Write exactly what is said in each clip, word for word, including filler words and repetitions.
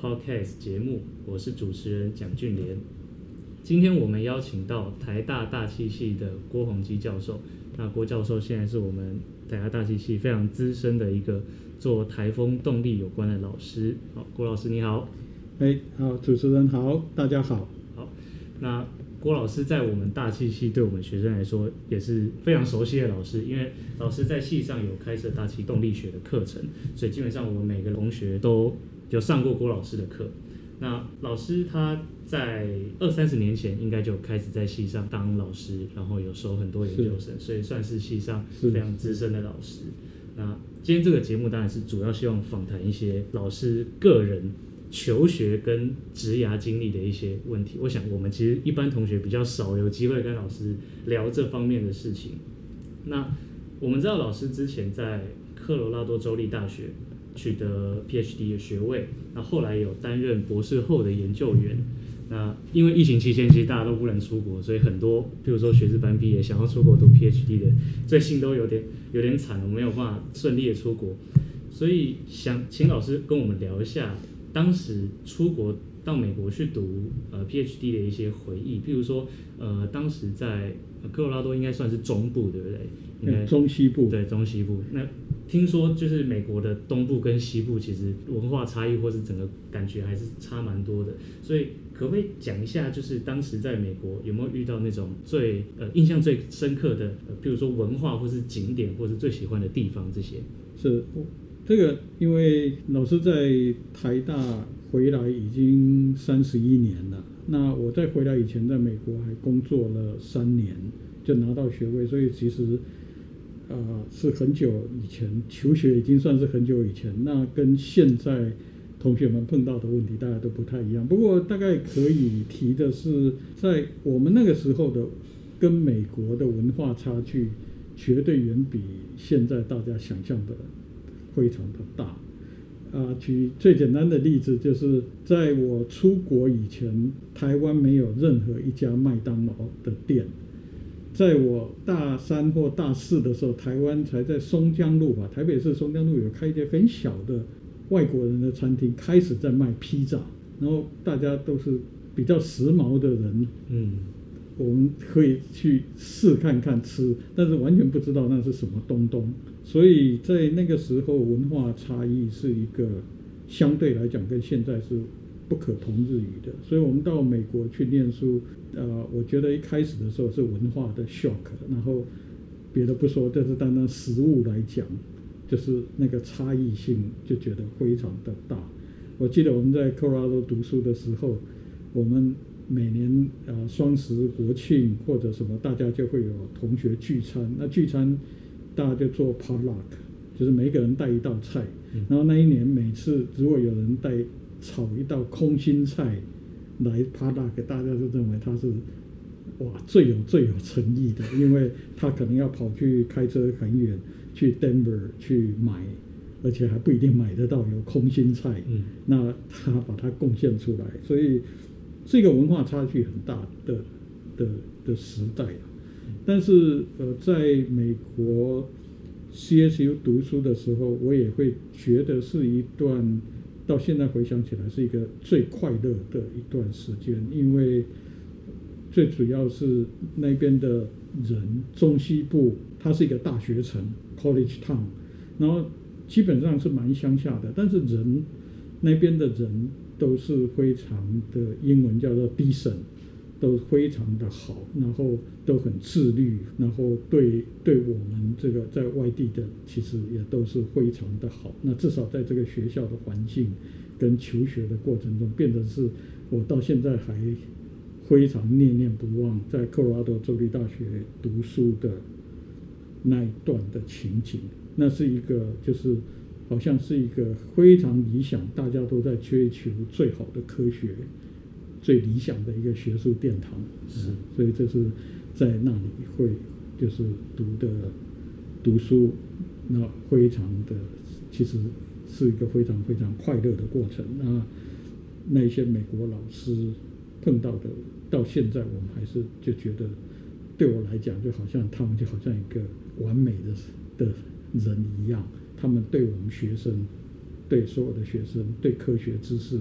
Podcast 节目，我是主持人蒋俊廉。今天我们邀请到台大大气系的郭宏基教授。那郭教授现在是我们台大大气系非常资深的一个做台风动力有关的老师。好，郭老师你好。 哎，好，主持人好，大家好。 好，那郭老师在我们大气系对我们学生来说也是非常熟悉的老师，因为老师在系上有开设大气动力学的课程，所以基本上我们每个同学都有上过郭老师的课。那老师他在二三十年前应该就开始在系上当老师，然后有收很多研究生，所以算是系上非常资深的老师。那今天这个节目当然是主要希望访谈一些老师个人求学跟职涯经历的一些问题。我想我们其实一般同学比较少有机会跟老师聊这方面的事情。那我们知道老师之前在科罗拉多州立大学取得 P H D 的学位，那后来有担任博士后的研究员。那因为疫情期间其实大家都不能出国，所以很多比如说学士班毕业想要出国读 P H D 的，最近都有点有点惨了，没有办法顺利的出国。所以想请老师跟我们聊一下当时出国到美国去读呃 P H D 的一些回忆，譬如说呃当时在科罗拉多应该算是中部对不对？应该中西部。 对，中西部。那听说就是美国的东部跟西部其实文化差异或是整个感觉还是差蛮多的，所以可不可以讲一下，就是当时在美国有没有遇到那种最呃印象最深刻的，呃，比如说文化或是景点或是最喜欢的地方这些？ 是这个，因为老师在台大回来已经三十一年了。那我在回来以前，在美国还工作了三年，就拿到学位，所以其实。呃，是很久以前求学，已经算是很久以前。那跟现在同学们碰到的问题大家都不太一样。不过大概可以提的是，在我们那个时候的跟美国的文化差距，绝对远比现在大家想象的非常的大。啊、呃，举最简单的例子，就是在我出国以前，台湾没有任何一家麦当劳的店。在我大三或大四的时候，台湾才在松江路吧，台北市松江路有开一间很小的外国人的餐厅，开始在卖披萨，然后大家都是比较时髦的人，嗯，我们可以去试看看吃，但是完全不知道那是什么东东，所以在那个时候文化差异是一个相对来讲跟现在是不可同日语的，所以我们到美国去念书，呃，我觉得一开始的时候是文化的 shock， 然后别的不说，就是单单食物来讲，就是那个差异性就觉得非常的大。我记得我们在科罗拉多读书的时候，我们每年呃双十国庆或者什么，大家就会有同学聚餐，那聚餐大家就做 potluck， 就是每一个人带一道菜，然后那一年每次如果有人带炒一道空心菜来帕拉给大家，就认为他是哇最有最有诚意的，因为他可能要跑去开车很远去 Denver 去买，而且还不一定买得到有空心菜，嗯，那他把它贡献出来，所以这个文化差距很大的的的时代。但是呃，在美国 C S U 读书的时候，我也会觉得是一段。到现在回想起来是一个最快乐的一段时间，因为最主要是那边的人，中西部它是一个大学城 college town， 然后基本上是蛮乡下的，但是人那边的人都是非常的，英文叫做 decent， 都非常的好，然后都很自律，然后对对我们这个在外地的其实也都是非常的好。那至少在这个学校的环境跟求学的过程中，变得是我到现在还非常念念不忘在科罗拉多州立大学读书的那一段的情景。那是一个就是好像是一个非常理想，大家都在追求最好的科学，最理想的一个学术殿堂，嗯，所以这是在那里会就是读的读书，那非常的其实是一个非常非常快乐的过程。那那些美国老师碰到的，到现在我们还是就觉得，对我来讲就好像他们就好像一个完美的的人一样，他们对我们学生，对所有的学生，对科学知识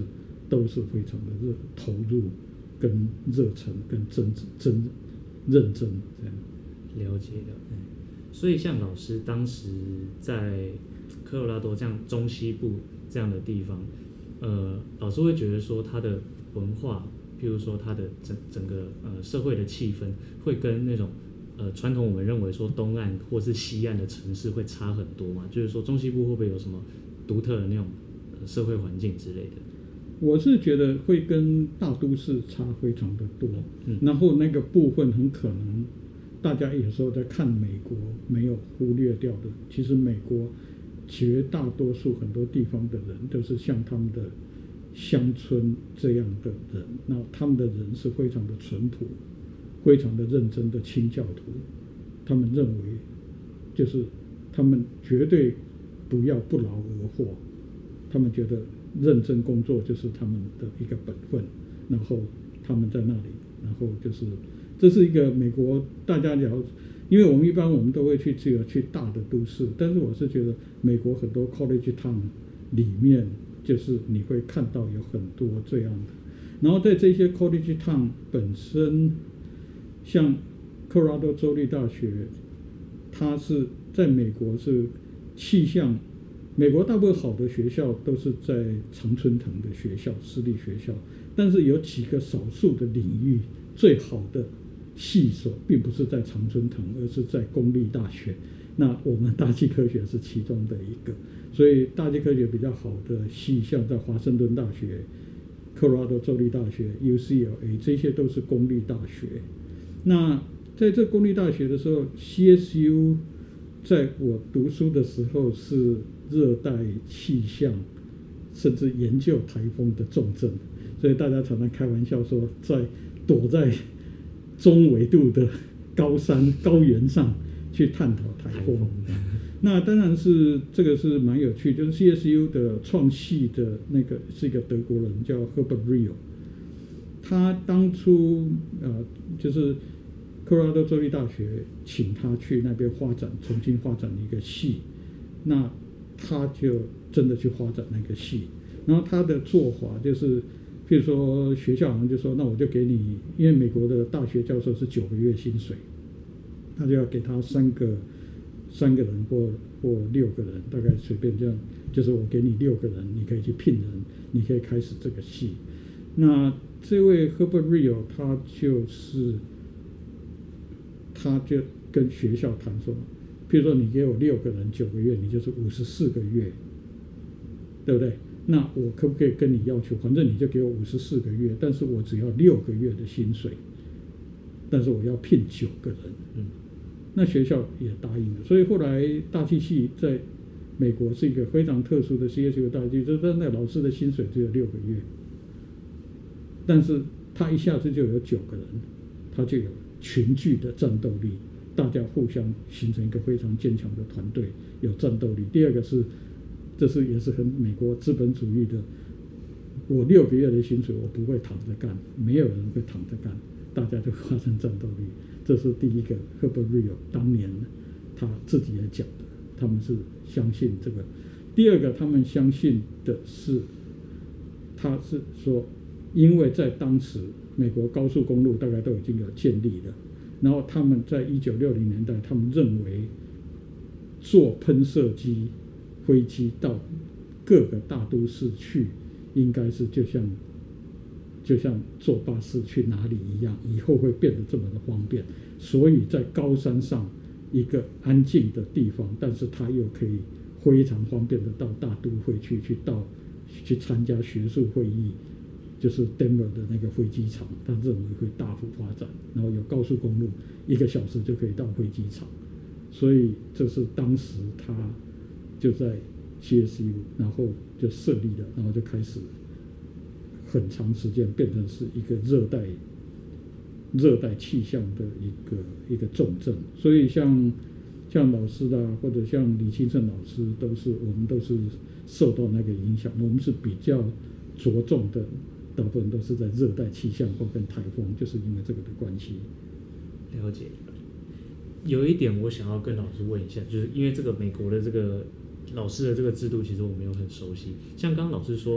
都是非常的热投入、跟热忱、跟真真认真这样。 了解了。所以像老师当时在科罗拉多这样中西部这样的地方，呃，老师会觉得说他的文化，譬如说他的整整个呃社会的气氛，会跟那种呃传统我们认为说东岸或是西岸的城市会差很多嘛？就是说中西部会不会有什么独特的那种、呃、社会环境之类的？ 我是觉得会跟大都市差非常的多， 嗯， 然后那个部分很可能大家有时候在看美国没有忽略掉的，其实美国绝大多数很多地方的人都是像他们的乡村这样的人，那他们的人是非常的淳朴，非常的认真的清教徒，他们认为就是他们绝对不要不劳而获，他们觉得认真工作就是他们的一个本分，然后他们在那里，然后就是这是一个美国大家聊，因为我们一般我们都会去这个去大的都市，但是我是觉得美国很多 college town 里面就是你会看到有很多这样的，然后在这些 college town 本身，像科罗拉多州立大学，它是在美国是气象。美国大部分好的学校都是在常春藤的学校，私立学校，但是有几个少数的领域最好的系所并不是在常春藤，而是在公立大学。那我们大气科学是其中的一个，所以大气科学比较好的系像在华盛顿大学、科罗拉多州立大学、U C L A 这些都是公立大学。那在这公立大学的时候 ，C S U 在我读书的时候是热带气象，甚至研究台风的重镇，所以大家常常开玩笑说，在躲在中纬度的高山高原上去探讨台风。那当然是这个是蛮有趣，就是 C S U 的创系的那个是一个德国人叫 Herbert Real， 他当初呃就是科罗拉多州立大学请他去那边发展，重新发展一个系，那他就真的去发展那个系。然后他的做法就是，譬如说学校好像就说，那我就给你，因为美国的大学教授是九个月薪水，他就要给他三个三个人或或六个人，大概随便这样，就是我给你六个人，你可以去聘人，你可以开始这个系。那这位 Herbert Real 他就是他就跟学校谈说，譬如说你给我六个人九个月，你就是五十四个月，对不对？那我可不可以跟你要求，反正你就给我五十四个月，但是我只要六个月的薪水，但是我要聘九个人。嗯，那学校也答应了，所以后来大气系在美国是一个非常特殊的 C S U 大气，就是那老师的薪水只有六个月，但是他一下子就有九个人，他就有群聚的战斗力，大家互相形成一个非常坚强的团队，有战斗力。第二个是，这是也是很美国资本主义的，我六个月的薪水我不会躺着干，没有人会躺着干，大家就发生战斗力。这是第一个 Herbert Real 当年他自己也讲的，他们是相信这个。第二个他们相信的是，他是说，因为在当时美国高速公路大概都已经有建立了，然后他们在一九六零年代，他们认为坐喷射机飞机到各个大都市去，应该是就像就像坐巴士去哪里一样，以后会变得这么的方便。所以在高山上一个安静的地方，但是它又可以非常方便的到大都会去，去到去参加学术会议，就是 Denver 的那个飞机场，他认为会大幅发展，然后有高速公路，一个小时就可以到飞机场。所以这是当时他就在 C S U， 然后就设立了，然后就开始很长时间变成是一个热带热带气象的一个一个重镇。所以像像老师啦，或者像李清盛老师，都是我们都是受到那个影响。我们是比较着重的，大部分都是在热带气象或跟台风，就是因为这个的关系。 了解。有一点我想要跟老师问一下，就是因为这个美国的这个老师的这个制度，其实我没有很熟悉。像刚刚老师说，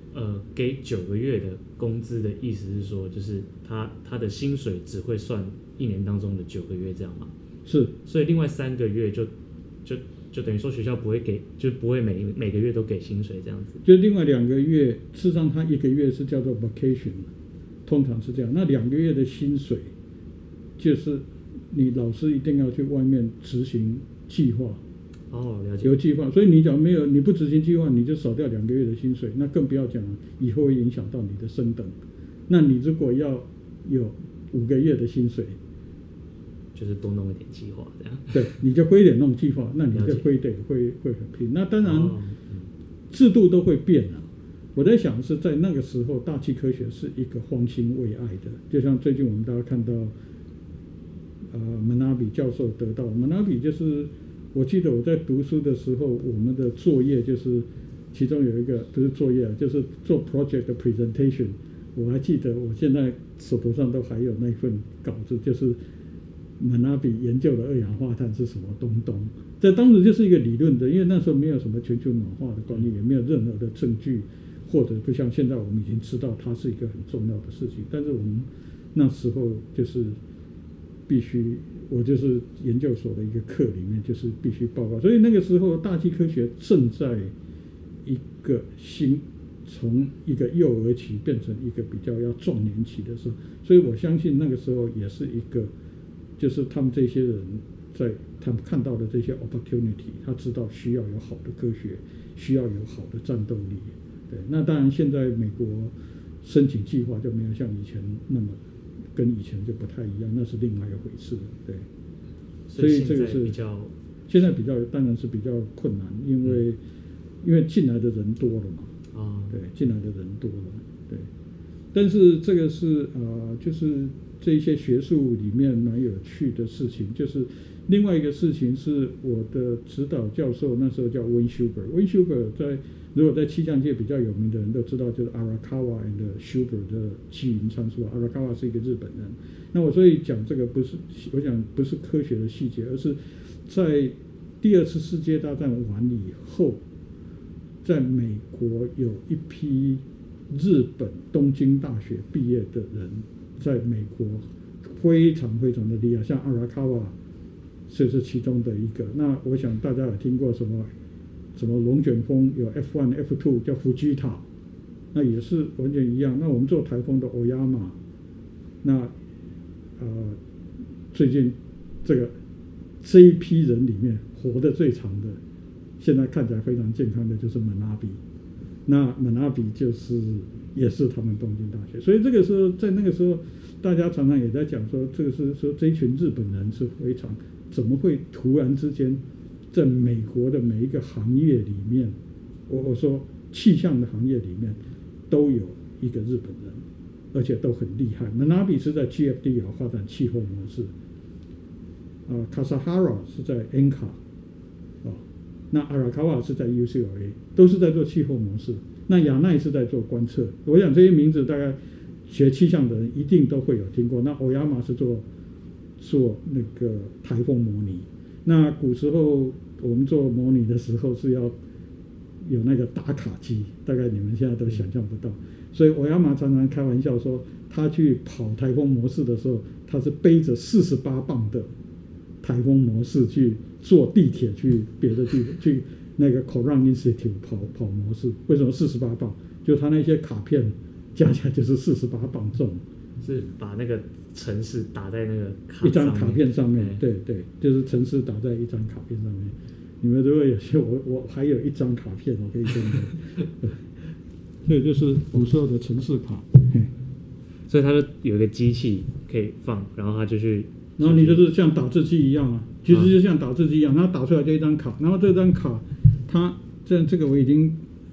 呃，给九个月的工资的意思是说，就是他他的薪水只会算一年当中的九个月这样吗？ 是， 所以另外三个月就就就等于说学校不会给，就不会每每个月都给薪水这样子。 就另外两个月，事实上他一个月是叫做 vacation， 通常是这样。那两个月的薪水，就是你老师一定要去外面执行计划。 哦，了解。 有计划，所以你只要没有你不执行计划，你就少掉两个月的薪水，那更不要讲以后会影响到你的升等。那你如果要有五个月的薪水， 就是多弄一点计划这样。 对，你就会一点弄计划，那你就会得会会很拼。那当然， 哦嗯、 制度都会变啊。我在想是在那个时候，大气科学是一个方兴未艾的，就像最近我们大家看到，呃，门纳比教授得到门纳比就是。我记得我在读书的时候，我们的作业就是其中有一个不是作业啊，就是做 project 的 presentation。我还记得我现在手头上都还有那份稿子，就是门纳比研究的二氧化碳是什么东东。在当时就是一个理论的，因为那时候没有什么全球暖化的观念，也没有任何的证据，或者不像现在我们已经知道它是一个很重要的事情。但是我们那时候就是必须。我就是研究所的一个课里面，就是必须报告，所以那个时候大气科学正在一个新从一个幼儿期变成一个比较要壮年期的时候，所以我相信那个时候也是一个，就是他们这些人在他们看到的这些 opportunity， 他知道需要有好的科学，需要有好的战斗力。对，那当然现在美国申请计划就没有像以前那么。跟以前就不太一样，那是另外一回事。对， 所以这个是比较现在比较当然是比较困难，因为、嗯、因为进来的人多了嘛。啊、哦，对，进来的人多了，对。但是这个是呃，就是这一些学术里面蛮有趣的事情，就是另外一个事情是我的指导教授那时候叫 Wayne Schubert，Wayne Schubert 在。如果在气象界比较有名的人都知道，就是 Arakawa and Schubert 的气云参数。Arakawa 是一个日本人。那我所以讲这个不是，我讲不是科学的细节，而是在第二次世界大战完以后，在美国有一批日本东京大学毕业的人，在美国非常非常的厉害，像 Arakawa 就是其中的一个。那我想大家有听过什么？什么龙卷风有 F 一 F 二 叫福基塔，那也是完全一样。那我们做台风的欧亚马，那呃最近这个这一批人里面活得最长的，现在看起来非常健康的就是门纳比。那门纳比就是也是他们东京大学，所以这个时候在那个时候，大家常常也在讲说，这个是说这一群日本人是非常怎么会突然之间。在美国的每一个行业里面，我我说气象的行业里面都有一个日本人，而且都很厉害。门纳比是在 G F D L 发展气候模式，啊，卡萨哈拉是在 N 卡，啊，那阿拉卡瓦是在 U C L A， 都是在做气候模式。那亚奈是在做观测。我想这些名字大概学气象的人一定都会有听过。那欧亚马是做做那个台风模拟。那古时候我们做模拟的时候是要有那个打卡机，大概你们现在都想象不到。所以欧亚马常常开玩笑说，他去跑台风模式的时候，他是背着四十八磅的台风模式去坐地铁去别的地方去那个 Koran Institute 跑跑模式。为什么四十八磅？就他那些卡片加起来就是四十八磅重。 是把那个程式打在那个卡一张卡片上面，对对，就是程式打在一张卡片上面。你们如果有些，我我还有一张卡片，我可以跟你们。对，就是古时候的程式卡。 所以它就有一个机器可以放，然后它就去， 然后你就是像打字机一样啊，其实就像打字机一样，它打出来就一张卡，然后这张卡，它这样这个我已经，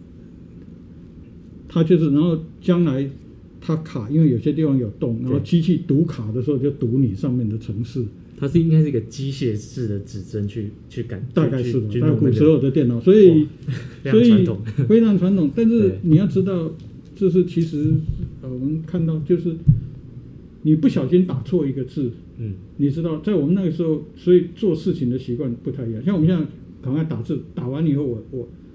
它就是，然后将来。它卡，因为有些地方有洞，然后机器读卡的时候就读你上面的程式。 它是应该是一个机械式的指针去去感， 大概是的，大概古时候的电脑，所以所以非常传统。但是你要知道，就是其实呃，我们看到就是你不小心打错一个字，嗯，你知道，在我们那个时候，所以做事情的习惯不太一样。像我们现在赶快打字，打完以后我我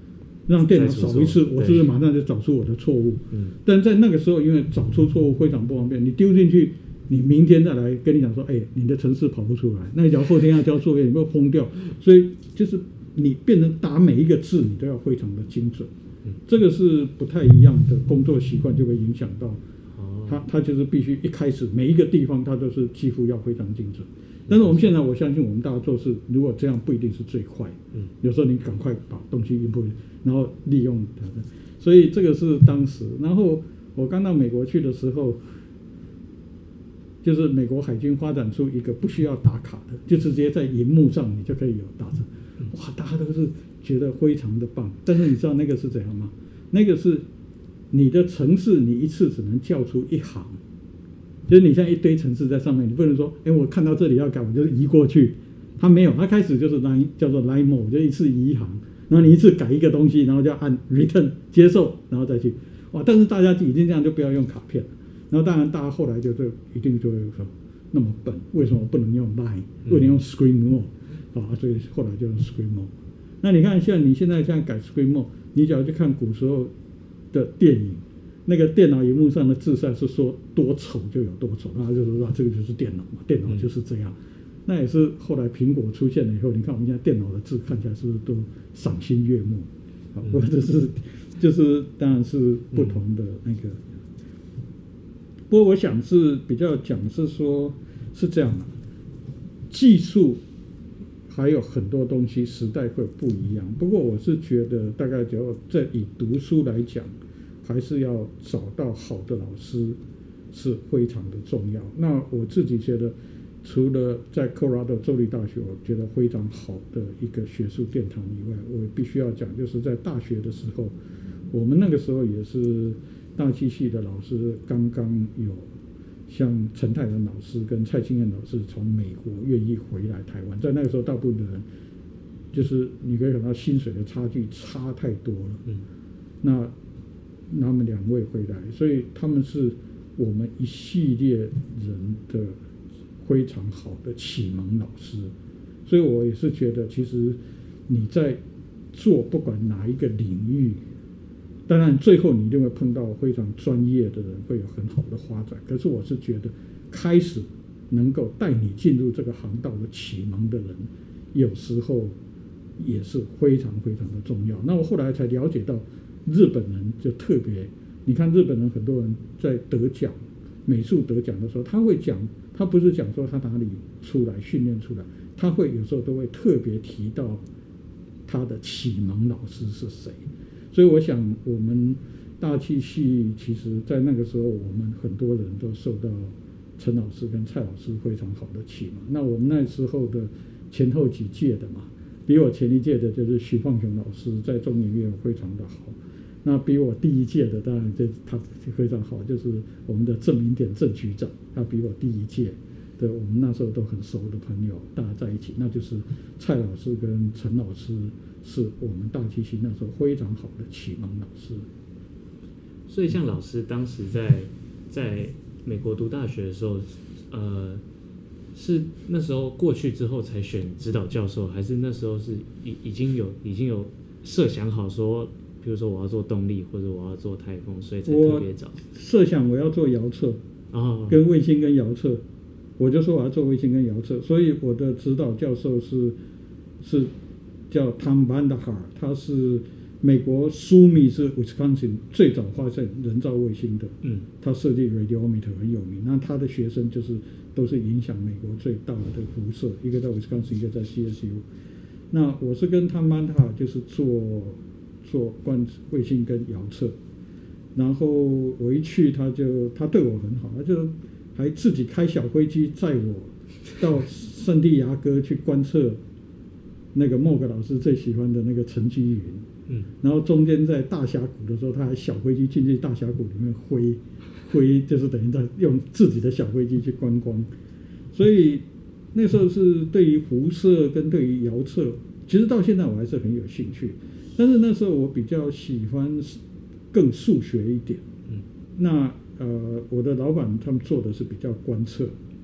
让电脑扫一次，我是不是马上就找出我的错误？嗯，但在那个时候，因为找出错误非常不方便，你丢进去，你明天再来跟你讲说，哎，你的程式跑不出来，那你假如后天要交作业，你会疯掉。所以就是你变成打每一个字，你都要非常的精准。嗯，这个是不太一样的工作习惯，就会影响到他，他就是必须一开始每一个地方他都是几乎要非常精准。但是我们现在，我相信我们大家做事，如果这样不一定是最快。嗯，有时候你赶快把东西 input， 然后利用它的。所以这个是当时。然后我刚到美国去的时候，就是美国海军发展出一个不需要打卡的，就直接在荧幕上你就可以有打字。哇，大家都是觉得非常的棒。但是你知道那个是怎样吗？那个是你的程式，你一次只能叫出一行。就是你像一堆程式在上面，你不能说，哎，我看到这里要改，我就移过去。它没有，它开始就是 line 叫做 line mode， 就一次移一行，然后你一次改一个东西，然后就按 return 接受，然后再去。哇！但是大家已经这样，就不要用卡片了。然后当然大家后来就就一定就会说，那么笨，为什么不能用 line， 不能用 screen mode 啊？所以后来就用 screen mode。那你看，像你现在这样改 screen mode， 你只要去看古时候的电影。那个电脑荧幕上的字赛是说多丑就有多丑，那就是说这个就是电脑嘛，电脑就是这样。那也是后来苹果出现了以后，你看我们现在电脑的字看起来是不是都赏心悦目？好，或者是就是当然是不同的那个。不过我想是比较讲是说是这样的，技术还有很多东西时代会不一样。不过我是觉得大概只要在以读书来讲。还是要找到好的老师是非常的重要。那我自己觉得，除了在 Colorado 州立大学，我觉得非常好的一个学术殿堂以外，我必须要讲，就是在大学的时候，我们那个时候也是大气系的老师刚刚有像陈泰仁老师跟蔡清燕老师从美国愿意回来台湾，在那个时候，大部分的人就是你可以看到薪水的差距差太多了。嗯，那。他们两位回来，所以他们是我们一系列人的非常好的启蒙老师。所以我也是觉得，其实你在做不管哪一个领域，当然最后你一定会碰到非常专业的人，会有很好的发展。可是我是觉得，开始能够带你进入这个行道的启蒙的人，有时候也是非常非常的重要。那我后来才了解到。日本人就特别，你看日本人很多人在得奖、美术得奖的时候，他会讲，他不是讲说他哪里出来训练出来，他会有时候都会特别提到他的启蒙老师是谁。所以我想，我们大气系其实在那个时候，我们很多人都受到陈老师跟蔡老师非常好的启蒙。那我们那时候的前后几届的嘛，比我前一届的就是许放雄老师，在中研院非常的好。那比我第一届的，当然这他非常好，就是我们的郑明典郑局长，他比我第一届的，我们那时候都很熟的朋友，大家在一起，那就是蔡老师跟陈老师是我们大气系那时候非常好的启蒙老师。 所以像老师当时在在美国读大学的时候，呃，是那时候过去之后才选指导教授，还是那时候是已已经有已经有设想好说？比如说我要做动力，或者我要做台风，所以才特别找。 设想我要做遥测， 哦， 跟卫星跟遥测，我就说我要做卫星跟遥测，所以我的指导教授是是叫 Tom Vandahar， 他是美国苏密是 Wisconsin 最早发现人造卫星的，嗯，他设计 radiometer 很有名，那他的学生就是都是影响美国最大的辐射，一个在 Wisconsin， 一个在 C S U。那我是跟 Tom Vandahar 就是做。做观卫星跟遥测，然后我一去，他就他对我很好，他就还自己开小飞机载我到圣地亚哥去观测那个莫格老师最喜欢的那个沉积云，嗯，然后中间在大峡谷的时候，他还小飞机进去大峡谷里面飞飞，就是等于在用自己的小飞机去观光，所以那时候是对于辐射跟对于遥测，其实到现在我还是很有兴趣。但是那时候我比较喜欢更数学一点，嗯，那呃我的老板他们做的是比较观测，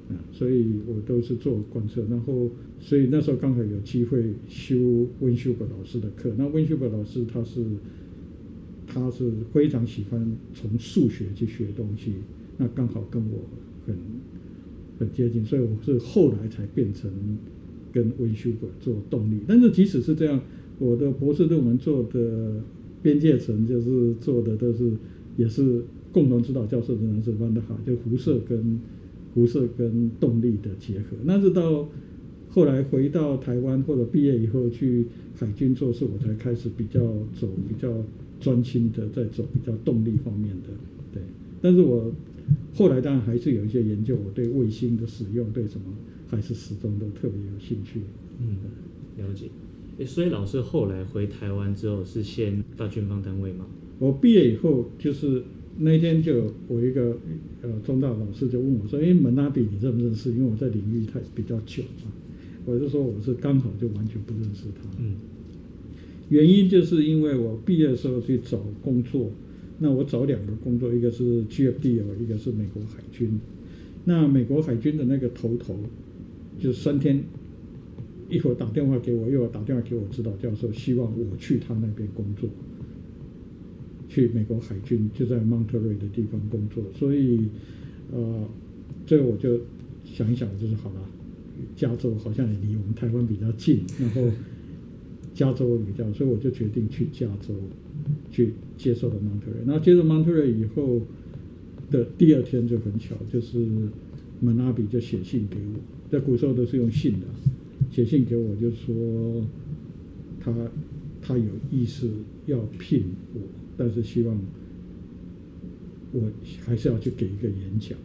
啊，所以我都是做观测，然后所以那时候刚好有机会修温修伯老师的课。那温修伯老师他是他是非常喜欢从数学去学东西，那刚好跟我很很接近，所以我是后来才变成跟温修伯做动力。但是即使是这样，我的博士论文做的边界层就是做的都是也是共同指导教授仍然是van der Haar，就辐射跟辐射跟动力的结合。那是到后来回到台湾或者毕业以后去海军做事，我才开始比较走比较专心的在走比较动力方面的。对，但是我后来当然还是有一些研究，我对卫星的使用对什么还是始终都特别有兴趣。 嗯，了解。欸，所以老师后来回台湾之后是先到军方单位吗？ 我毕业以后就是那一天就我一个呃中大老师就问我说：“哎，门拉比你认不认识？”因为我在领域太比较久嘛，我就说我是刚好就完全不认识他。 嗯， 原因就是因为我毕业的时候去找工作，那我找两个工作，一个是 G F D L， 一个是美国海军。那美国海军的那个头头，就是三天一会儿打电话给我，一会儿打电话给我指导教授，希望我去他那边工作。去美国海军就在 Monterey 的地方工作，所以呃，这个我就想一想，我就是好了，加州好像也离我们台湾比较近，然后加州比较，所以我就决定去加州去接受了 Monterey。然后接受 Monterey 以后的第二天就很巧，就是门拉比就写信给我，在古时候都是用信的，写信给我就说他他有意思要聘我。但是希望我还是要去给一个演讲，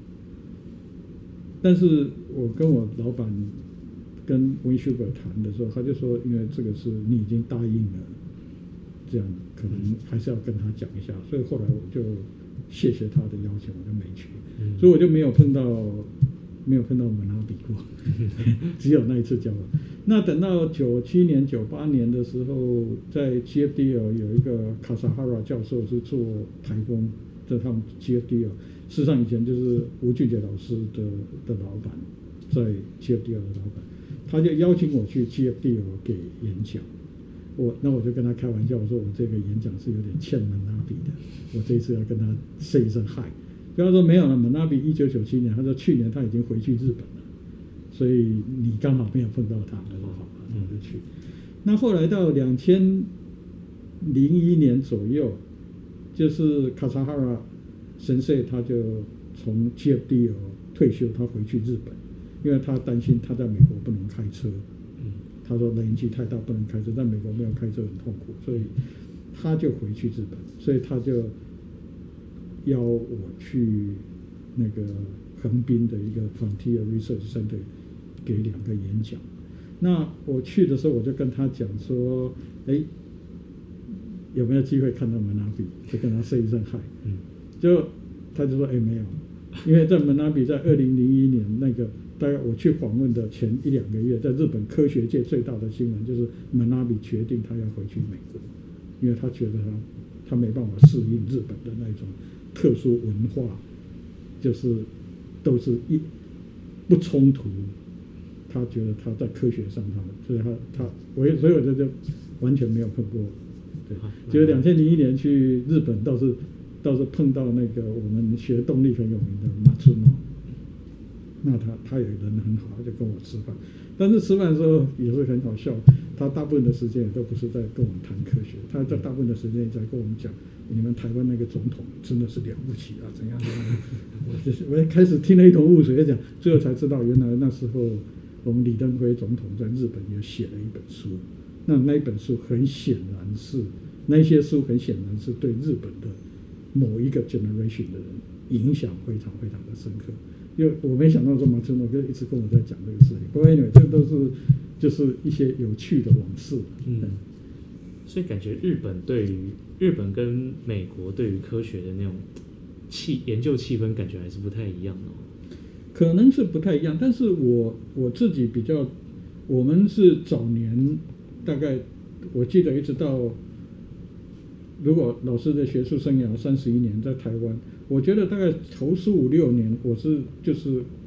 但是我跟我老板跟温修伯谈的时候，他就说，因为这个是你已经答应了，这样可能还是要跟他讲一下，所以后来我就谢谢他的邀请，我就没去，所以我就没有碰到没有碰到门拉比过，只有那一次交往。那等到九七年、九八年的时候，在 G F D L 有一个卡萨哈拉教授是做台工，在他们 G F D L， 事实上以前就是吴俊杰老师的的老板，在 G F D L 的老板，他就邀请我去 G F D L 给演讲。我那我就跟他开玩笑，我说我这个演讲是有点欠门拉比的，我这一次要跟他 say 一声 hi。他说没有了，门拉比一九九七年，他说去年他已经回去日本了，所以你刚好没有碰到他。他说好吧，那我就去。那后来到两千零一年左右，就是卡萨哈拉神社他就从 G F D L 退休，他回去日本，因为他担心他在美国不能开车。嗯，他说冷气太大不能开车，在美国没有开车很痛苦，所以他就回去日本，所以他就邀我去那个横滨的一个 Frontier Research Center 给两个演讲。那我去的时候，我就跟他讲说，哎，有没有机会看到门拉比？就跟他 say 一声 hi。嗯，就他就说，哎，没有，因为在门拉比在二零零一年那个大概我去访问的前一两个月，在日本科学界最大的新闻就是门拉比决定他要回去美国，因为他觉得他他没办法适应日本的那种特殊文化，就是都是一不冲突。他觉得他在科学上他，所以他他我所以我就就完全没有碰过，对，就是两千零一年去日本倒是倒是碰到那个我们学动力很有名的马村诺，那他他有人很好，他就跟我吃饭，但是吃饭的时候也是很好笑，他大部分的时间也都不是在跟我们谈科学，他在大部分的时间也在跟我们讲，你们台湾那个总统真的是了不起啊，怎样怎样，我就是我一开始听了一头雾水，讲最后才知道原来那时候。我们李登辉总统在日本也写了一本书，那那一本书很显然是那些书很显然是对日本的某一个 generation 的人影响非常非常的深刻。因为我没想到说马村诺哥一直跟我在讲这个事情，不过 anyway 这都是就是一些有趣的往事。 嗯，所以感觉日本对于日本跟美国对于科学的那种气研究气氛，感觉还是不太一样哦。 可能是不太一样，但是我我自己比较，我们是早年大概我记得一直到，如果老师的学术生涯三十一年在台湾，我觉得大概头十五六年我是就是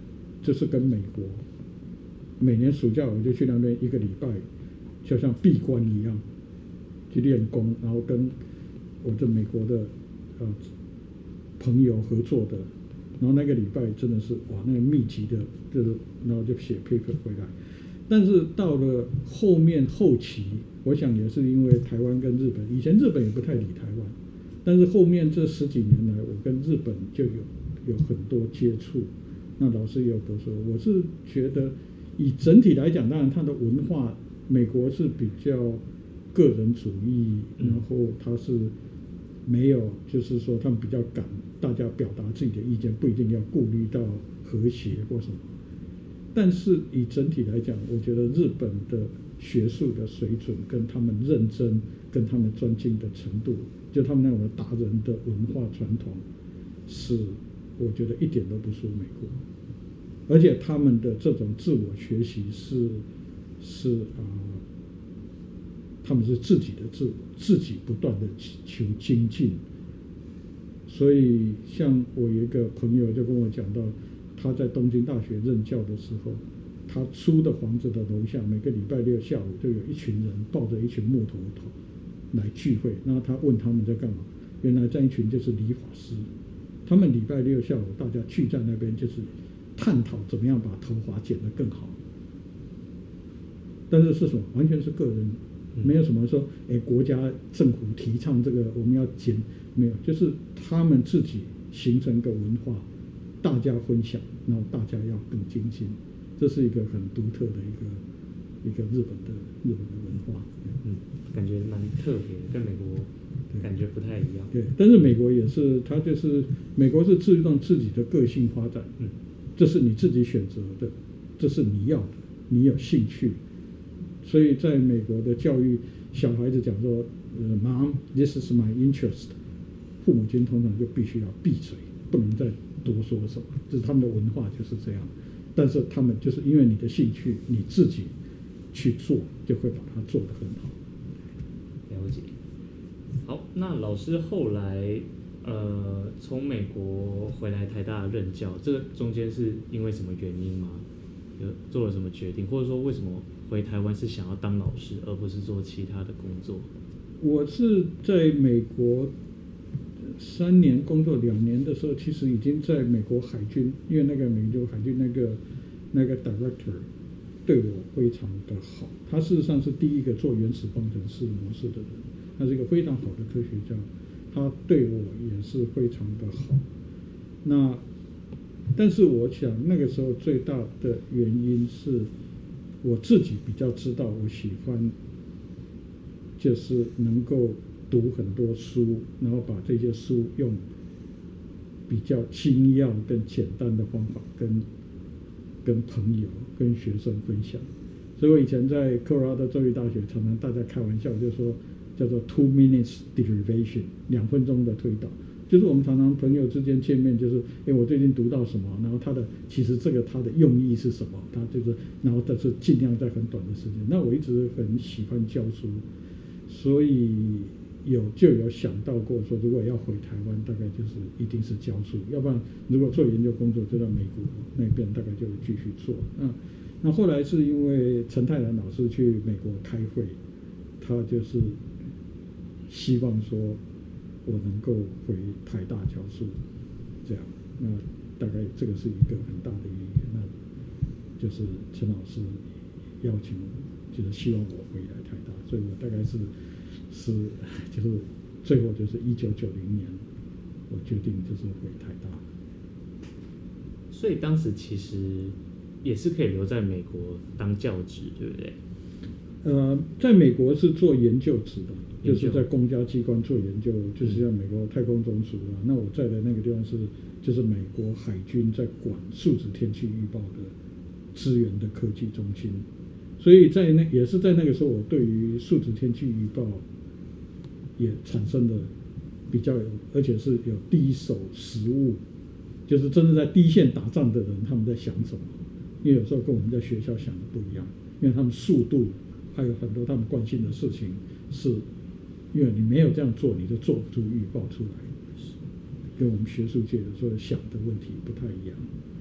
这是跟美国每年暑假我就去那边一个礼拜，就像闭关一样去练功，然后跟我的美国的呃朋友合作的，然后那个礼拜真的是哇，那个密集的，就是然后就写 paper 回来。但是到了后面后期，我想也是因为台湾跟日本，以前日本也不太理台湾，但是后面这十几年来，我跟日本就有有很多接触。那老师也有都说，我是觉得以整体来讲，当然它的文化，美国是比较个人主义，然后它是没有，就是说他们比较敢大家表达自己的意见，不一定要顾虑到和谐或什么。但是以整体来讲，我觉得日本的学术的水准跟他们认真跟他们专精的程度，就他们那种达人的文化传统，是我觉得一点都不输美国。而且他们的这种自我学习是是啊、呃，他们是自己的自自己不断的求精进。所以像我有一个朋友就跟我讲到，他在东京大学任教的时候，他租的房子的楼下，每个礼拜六下午就有一群人抱着一群木头头来聚会。然后他问他们在干嘛，原来这一群就是理发师，他们礼拜六下午大家聚在那边，就是探讨怎么样把头发剪得更好。但是是什么？完全是个人，没有什么说，哎，国家政府提倡这个我们要剪，没有，就是他们自己形成个文化，大家分享，然后大家要更精进，这是一个很独特的一个一个日本的日本的文化。 嗯，感觉蛮特别的，跟美国感觉不太一样。 对，但是美国也是，它就是美国是注重自己的个性发展，嗯，这是你自己选择的，这是你要的，你有兴趣。所以在美国的教育，小孩子讲说，呃 ，Mom，this is my interest， 父母亲通常就必须要闭嘴，不能再多说什么，这是他们的文化就是这样。但是他们就是因为你的兴趣，你自己去做，就会把它做得很好。 了解。好，那老师后来呃从美国回来台大任教，这个中间是因为什么原因吗？有做了什么决定，或者说为什么回台湾是想要当老师，而不是做其他的工作？ 我是在美国三年工作两年的时候，其实已经在美国海军，因为那个美国海军那个那个 director 对我非常的好，他事实上是第一个做原始方程式模式的人，他是一个非常好的科学家，他对我也是非常的好。那但是我想那个时候最大的原因是我自己比较知道我喜欢就是能够读很多书，然后把这些书用比较精要跟简单的方法跟跟朋友跟学生分享。所以我以前在科罗拉多州立大学常常大家开玩笑就说叫做 two minutes derivation， 两分钟的推导，就是我们常常朋友之间见面，就是哎，我最近读到什么，然后他的其实这个他的用意是什么，他就是然后但是尽量在很短的时间。那我一直很喜欢教书，所以有就有想到过说，如果要回台湾，大概就是一定是教书，要不然如果做研究工作，就到美国那边大概就继续做。那那后来是因为陈泰然老师去美国开会，他就是希望说我能够回台大教书，这样，那大概这个是一个很大的原因。那就是陈老师邀请，就是希望我回来台大，所以我大概是是就是最后就是一九九零年，我决定就是回台大。 所以当时其实也是可以留在美国当教职，对不对？ 呃，在美国是做研究职的，就是在公家机关做研究，就是像美国太空总署啊。那我在的那个地方是，就是美国海军在管数值天气预报的资源的科技中心，所以在那也是在那个时候，我对于数值天气预报也产生了比较有，而且是有第一手实物，就是真正在第一线打仗的人他们在想什么，因为有时候跟我们在学校想的不一样，因为他们速度。还有很多他们关心的事情，是因为你没有这样做，你就做不出预报出来，跟我们学术界有时候想的问题不太一样。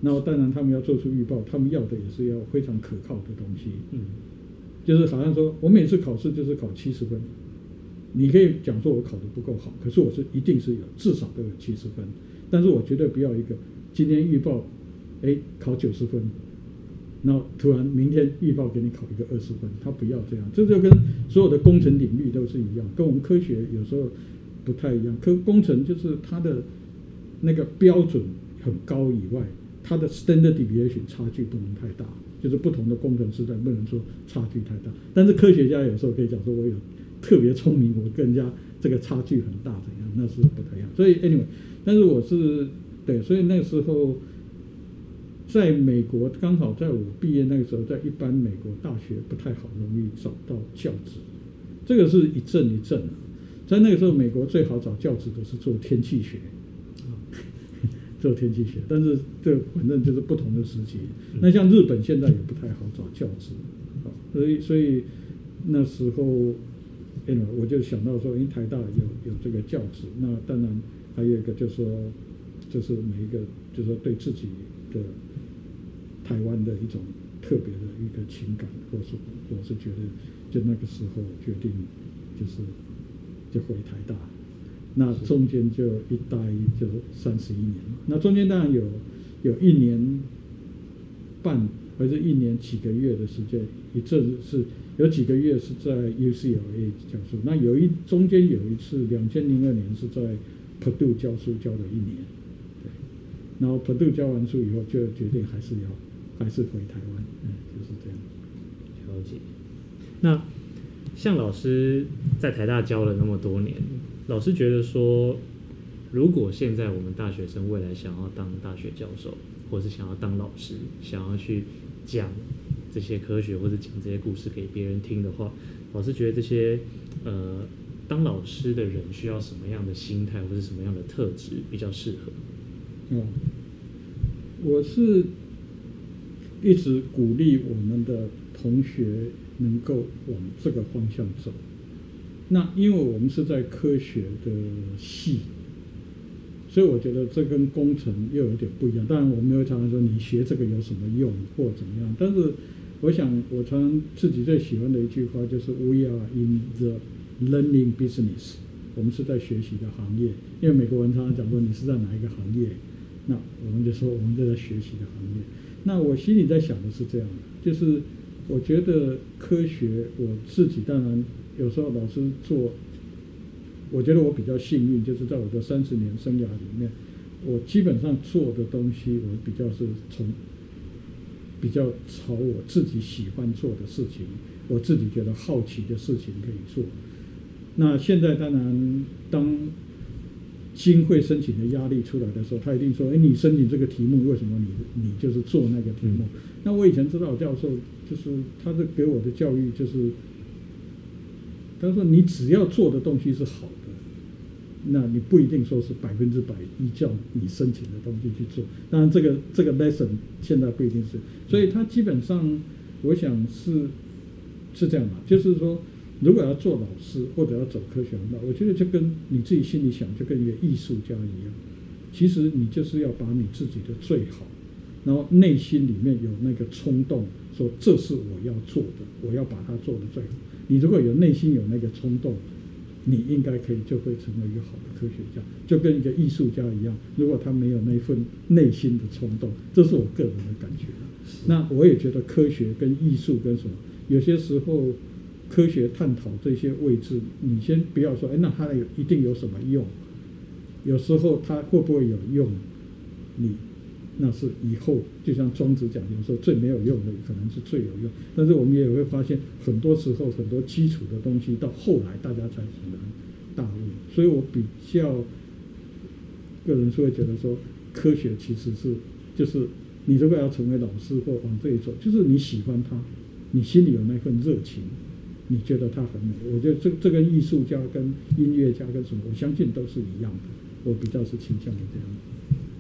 然后当然他们要做出预报，他们要的也是要非常可靠的东西。 嗯， 就是好像说我每次考试就是考七十分，你可以讲说我考得不够好，可是我是一定是有至少都有七十分，但是我绝对不要一个今天预报，哎考九十分，然后突然明天预报给你考一个二十分，他不要这样，这就跟所有的工程领域都是一样，跟我们科学有时候不太一样。科工程就是它的那个标准很高以外，它的 standard deviation 差距不能太大，就是不同的工程师在不能说差距太大。但是科学家有时候可以讲说我有特别聪明，我跟人家这个差距很大怎样，那是不太一样。所以 anyway， 但是我是对，所以那个时候。在美国，刚好在我毕业那个时候，在一般美国大学不太好容易找到教职，这个是一阵一阵的。在那个时候，美国最好找教职的是做天气学，做天气学，但是这反正就是不同的时期。那像日本现在也不太好找教职，所以所以那时候，我就想到说，因为台大有有这个教职，那当然还有一个就是说，就是每一个就是说对自己的。台湾的一种特别的一个情感，或是我是觉得，就那个时候决定，就是就回台大，那中间就一待就三十一年嘛。那中间当然有有一年半或者一年几个月的时间，一阵是有几个月是在 U C L A 教书，那有一中间有一次两千零二年是在 Purdue 教书教了一年，对，然后 Purdue 教完书以后就决定还是要。还是回台湾，嗯，就是这样。 了解。那像老师在台大教了那么多年，老师觉得说，如果现在我们大学生未来想要当大学教授，或是想要当老师，想要去讲这些科学或者讲这些故事给别人听的话，老师觉得这些呃当老师的人需要什么样的心态或是什么样的特质比较适合？ 哦，我是。一直鼓励我们的同学能够往这个方向走。那因为我们是在科学的系，所以我觉得这跟工程又有点不一样。当然，我们会常常说你学这个有什么用或怎么样。但是，我想我常常自己最喜欢的一句话就是 "We are in the learning business"， 我们是在学习的行业。因为美国人常常讲说你是在哪一个行业，那我们就说我们就在学习的行业。那我心里在想的是这样的，就是我觉得科学，我自己当然有时候老师做，我觉得我比较幸运，就是在我的三十年生涯里面，我基本上做的东西，我比较是从比较朝我自己喜欢做的事情，我自己觉得好奇的事情可以做。那现在当然当经费申请的压力出来的时候，他一定说：“哎，你申请这个题目，为什么你你就是做那个题目？”嗯、那我以前指导教授就是他是给我的教育就是，他说你只要做的东西是好的，那你不一定说是百分之百依照你申请的东西去做。当然，这个这个 lesson 现在不一定是，所以他基本上我想是是这样嘛，就是说。如果要做老师或者要走科学航道，我觉得就跟你自己心里想，就跟一个艺术家一样。其实你就是要把你自己的最好，然后内心里面有那个冲动，说这是我要做的，我要把它做得最好。你如果有内心有那个冲动，你应该可以就会成为一个好的科学家，就跟一个艺术家一样。如果他没有那份内心的冲动，这是我个人的感觉。那我也觉得科学跟艺术跟什么，有些时候。科学探讨这些位置，你先不要说，哎，那它有一定有什么用？有时候它会不会有用？你那是以后，就像庄子讲，有时候最没有用的可能是最有用。但是我们也会发现，很多时候很多基础的东西到后来大家才恍然大悟。所以我比较个人是会觉得说，科学其实是就是你如果要成为老师或往这一走，就是你喜欢它，你心里有那份热情。你觉得它很美，我觉得这这跟艺术家、跟音乐家、跟什么，我相信都是一样的。我比较是倾向于这样。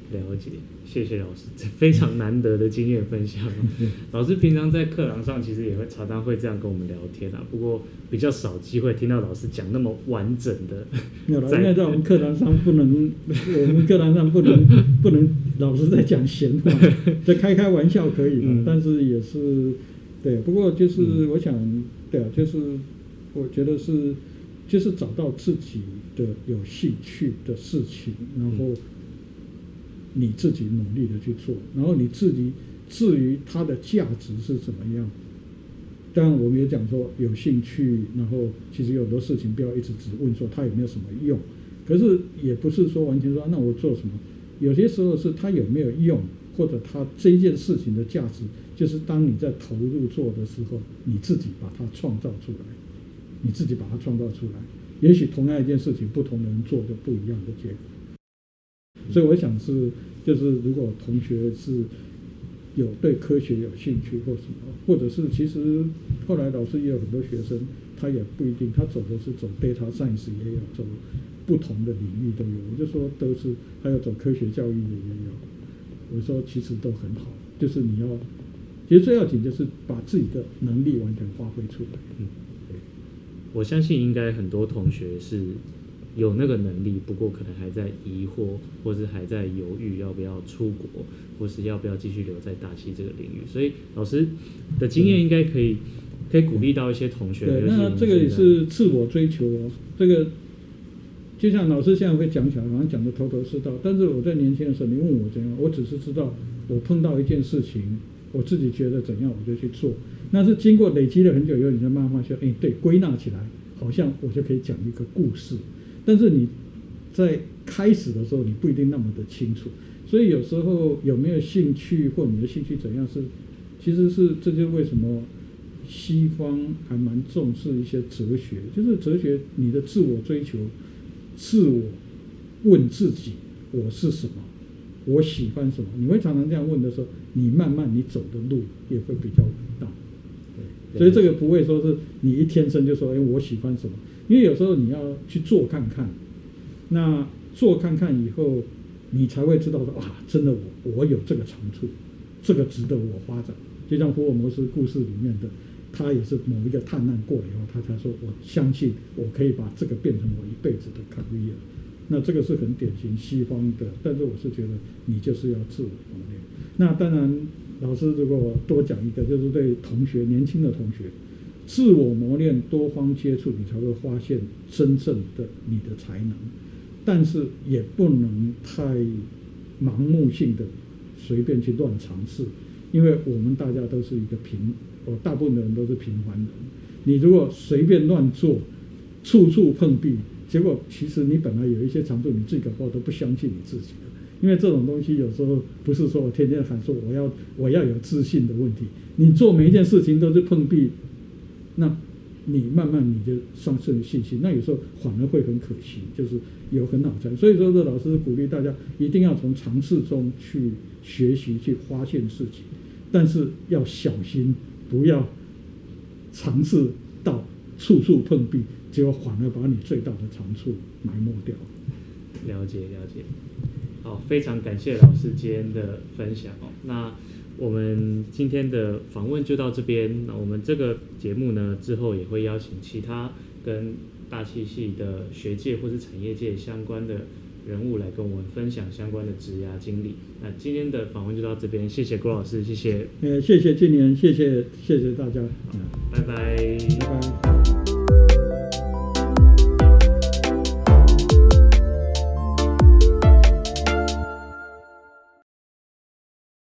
了解，谢谢老师，这非常难得的经验分享。老师平常在课堂上其实也会常常会这样跟我们聊天啊，不过比较少机会听到老师讲那么完整的。 没有了，因为在我们课堂上不能，我们课堂上不能不能老师在讲闲话，这开开玩笑可以的，嗯、但是也是对。不过就是我想，嗯、对啊，就是我觉得是就是找到自己的有兴趣的事情，然后。你自己努力的去做，然后你自己至于它的价值是怎么样，当然我们也讲说有兴趣，然后其实有很多事情不要一直只问说它有没有什么用，可是也不是说完全说那我做什么，有些时候是它有没有用，或者它这一件事情的价值，就是当你在投入做的时候，你自己把它创造出来，你自己把它创造出来，也许同样一件事情，不同的人做就不一样的结果。所以我想是，就是如果同学是有对科学有兴趣或什么，或者是其实后来老师也有很多学生，他也不一定，他走的是走 data science 也有，走不同的领域都有。我就说都是，还有走科学教育的也有。我说其实都很好，就是你要，其实最要紧就是把自己的能力完全发挥出来。 嗯，对，我相信应该很多同学是。有那个能力，不过可能还在疑惑，或是还在犹豫要不要出国，或是要不要继续留在大气这个领域。所以老师的经验应该可以可以鼓励到一些同学。 对，那这个也是自我追求哦。这个就像老师现在会讲起来，好像讲的头头是道。但是我在年轻的时候，你问我怎样，我只是知道我碰到一件事情，我自己觉得怎样，我就去做。那是经过累积了很久以后，你才慢慢说，哎，对，归纳起来，好像我就可以讲一个故事。但是你在开始的时候，你不一定那么的清楚，所以有时候有没有兴趣或你的兴趣怎样是，其实是这就是为什么西方还蛮重视一些哲学，就是哲学你的自我追求，自我问自己我是什么，我喜欢什么，你会常常这样问的时候，你慢慢你走的路也会比较稳当。对，所以这个不会说是你一天生就说，哎，我喜欢什么。因为有时候你要去做看看，那做看看以后，你才会知道说啊，真的我我有这个长处，这个值得我发展。就像福尔摩斯故事里面的，他也是某一个探难过了以后，他才说我相信我可以把这个变成我一辈子的 career。那这个是很典型西方的，但是我是觉得你就是要自我磨练。那当然，老师如果多讲一个，就是对同学年轻的同学。自我磨练，多方接触，你才会发现真正的你的才能。但是也不能太盲目性的随便去乱尝试，因为我们大家都是一个平，我大部分的人都是平凡人。你如果随便乱做，处处碰壁，结果其实你本来有一些长处，你自己搞不好都不相信你自己的。因为这种东西有时候不是说我天天喊说我要我要有自信的问题，你做每一件事情都是碰壁。那你慢慢你就丧失了信心，那有时候反而会很可惜，就是有很好才。所以说，这老师鼓励大家一定要从尝试中去学习，去发现事情，但是要小心，不要尝试到处处碰壁，结果反而把你最大的长处埋没掉。 了解了解，好，非常感谢老师今天的分享哦。那我们今天的访问就到这边。那我们这个节目呢，之后也会邀请其他跟大气系的学界或是产业界相关的人物来跟我们分享相关的职涯经历。那今天的访问就到这边，谢谢郭老师，谢谢。 呃，谢谢今年，谢谢谢谢大家， 拜拜， 拜拜。